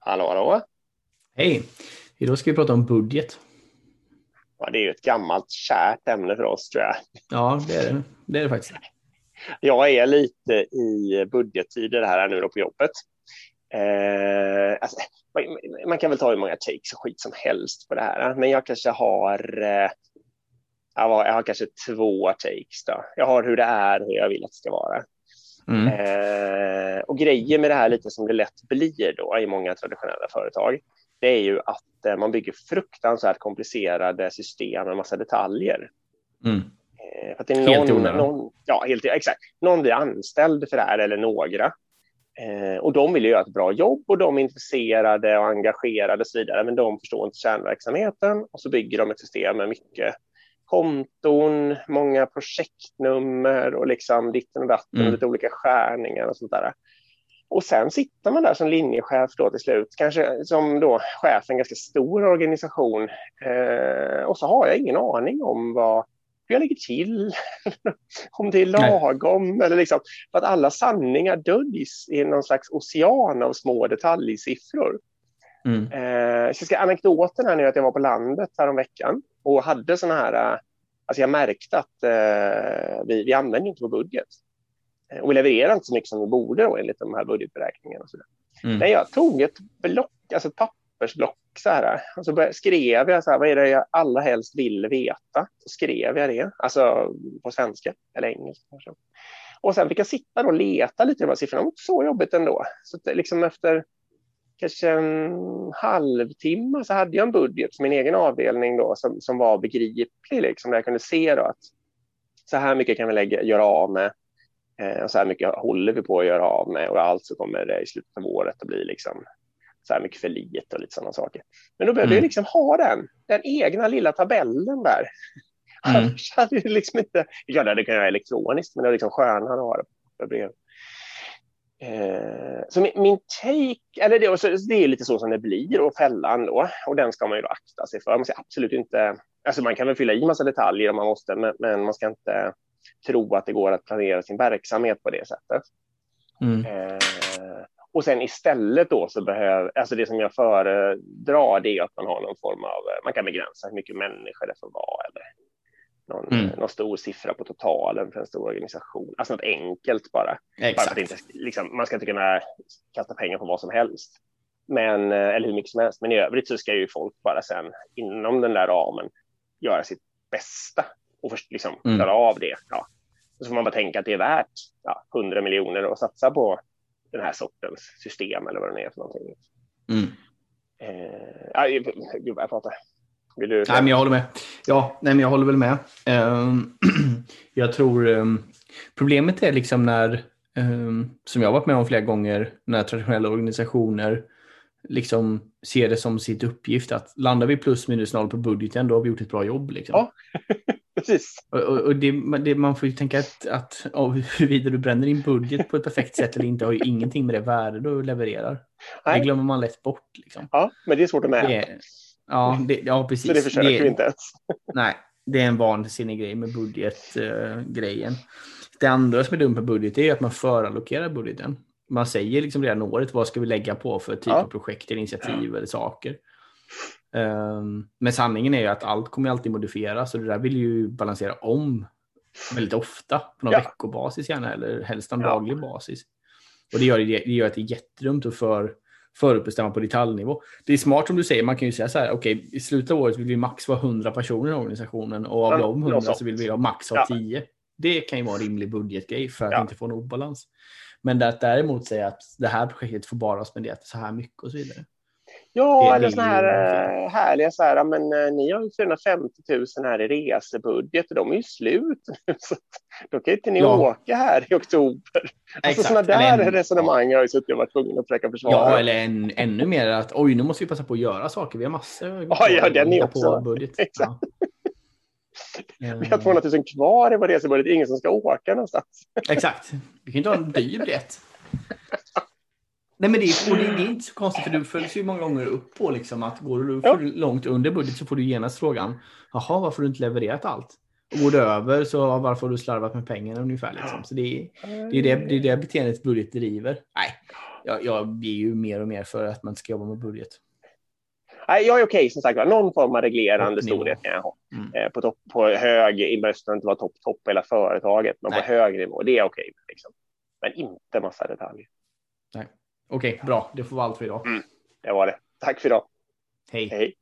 Hallå, hallå. Hej, idag ska vi prata om budget. Ja, det är ju ett gammalt kärt ämne för oss, tror jag. Ja, det är det. Det är det faktiskt. Jag är lite i budgettider här nu då på jobbet. Alltså, man kan väl ta hur många takes och skit som helst på det här. Men jag kanske har, jag har kanske 2 takes då. Jag har hur det är och hur jag vill att det ska vara. Och grejen med det här lite som det lätt blir då i många traditionella företag, det är ju att man bygger fruktansvärt komplicerade system med massa detaljer. För att det är Helt onödigt. exakt. Någon blir anställd för det här eller några. Och de vill ju göra ett bra jobb och de är intresserade och engagerade och så vidare, men de förstår inte kärnverksamheten och så bygger de ett system med mycket konton, många projektnummer och liksom ditten och datten och lite olika skärningar och sånt där. Och sen sitter man där som linjechef då till slut, kanske som då chef för en ganska stor organisation, och så har jag ingen aning om hur jag ligger till, om det är lagom eller liksom, för att alla sanningar döljs i någon slags ocean av små detaljsiffror. Så jag ska anekdoten här nu att jag var på landet här om veckan och hade såna här, alltså jag märkte att vi använder inte på budget. Och vi levererar inte så mycket som vi borde då, enligt de här budgetberäkningarna. Och så men jag tog ett block, alltså ett pappersblock så här, och så skrev jag så här, vad är det jag allra helst vill veta? Så skrev jag det, alltså på svenska eller engelska kanske. Och sen fick jag sitta och leta lite i de här siffrorna. Det var inte så jobbigt ändå. Så att liksom efter kanske en halvtimme så hade jag en budget för min egen avdelning då, som var begriplig, liksom, där jag kunde se då att så här mycket kan vi göra av med. Och så här mycket håller vi på att göra av med, och allt så kommer det i slutet av året att bli liksom så här mycket för lite och lite sådana saker. Men då behövde jag liksom ha den egna lilla tabellen där. Annars hade det liksom inte, det kan jag göra elektroniskt, men det är liksom skönare att ha det på brev. Så min take, eller det är lite så som det blir, och fällan då, och den ska man ju då akta sig för. Man ska absolut inte, alltså man kan väl fylla i massa detaljer om man måste, men man ska inte tro att det går att planera sin verksamhet på det sättet. Och sen istället då så alltså det som jag föredrar, det är att man har någon form av, man kan begränsa hur mycket människor det får vara, eller någon stor siffra på totalen för en stor organisation. Alltså något enkelt bara. Exakt. Bara för att inte, liksom, man ska inte kunna kasta pengar på vad som helst. Men, eller hur mycket som helst. Men i övrigt så ska ju folk bara sen inom den där ramen göra sitt bästa och först liksom klara av det. Ja. Och så får man bara tänka att det är värt 100 miljoner att satsa på den här sortens system eller vad det är för någonting. Gud vad jag pratar. Vill du... Nej, men jag håller med. Men jag håller väl med. Jag tror problemet är liksom när, som jag har varit med om flera gånger, när traditionella organisationer liksom ser det som sitt uppgift att landar vi plus minus noll på budgeten, då har vi gjort ett bra jobb. Liksom. Ja, precis. Och det, man får ju tänka att huruvida du bränner din budget på ett perfekt sätt eller inte har ju ingenting med det värde du levererar. Nej. Det glömmer man lätt bort. Liksom. Ja, men det är svårt att mäta. Ja, precis. Så det försöker vi inte ens. Nej, det är en vansinnig grej med budgetgrejen. Det andra som är dumt med budget är att man förallokerar budgeten. Man säger liksom redan året vad ska vi lägga på för typ av projekt eller initiativ eller saker. Men sanningen är ju att allt kommer alltid modifieras, och det där vill ju balansera om väldigt ofta på någon veckobasis gärna, eller helst en daglig basis. Och det gör att det är jättedumt att förutbestämma på detaljnivå. Det är smart som du säger, man kan ju säga så här: okej, i slutet av året vill vi max vara 100 personer i organisationen, och av de 100 så vill vi ha max av 10. Det kan ju vara en rimlig budgetgrej för att inte få en obalans. Men att däremot säga att det här projektet får bara spendera så här mycket och så vidare. Ja, eller såna här härliga så här, men ni har ju 450 000 här i resebudget och de är ju slut. Så då kan inte ni åka här i oktober. Alltså sådana där resonemang har ju suttit och varit tvungen att försöka försvara. Ja, eller ännu mer att nu måste vi passa på att göra saker. Vi har massor den är också på budget. Exakt. Vi har 200 000 kvar i vår resebudget. Ingen som ska åka någonstans. Exakt. Vi kan inte ha en dyr biljett. Nej, men det är inte så konstigt, för du följs ju många gånger upp på liksom att går du för långt under budget så får du genast frågan: jaha, varför har du inte levererat allt? Och går du över, så varför har du slarvat med pengarna ungefär liksom. Så det är det beteendet budget driver. Nej, Jag blir ju mer och mer för att man ska jobba med budget. Nej, jag är okej, som sagt. Någon form av reglerande Toppnivå. storlek kan jag ha. På hög, i behöver inte vara topp hela företaget, men på hög nivå, det är okej. Liksom. Men inte massa detaljer. Nej. Okej, bra. Det får vara allt för idag. Det var det. Tack för idag. Hej. Hej.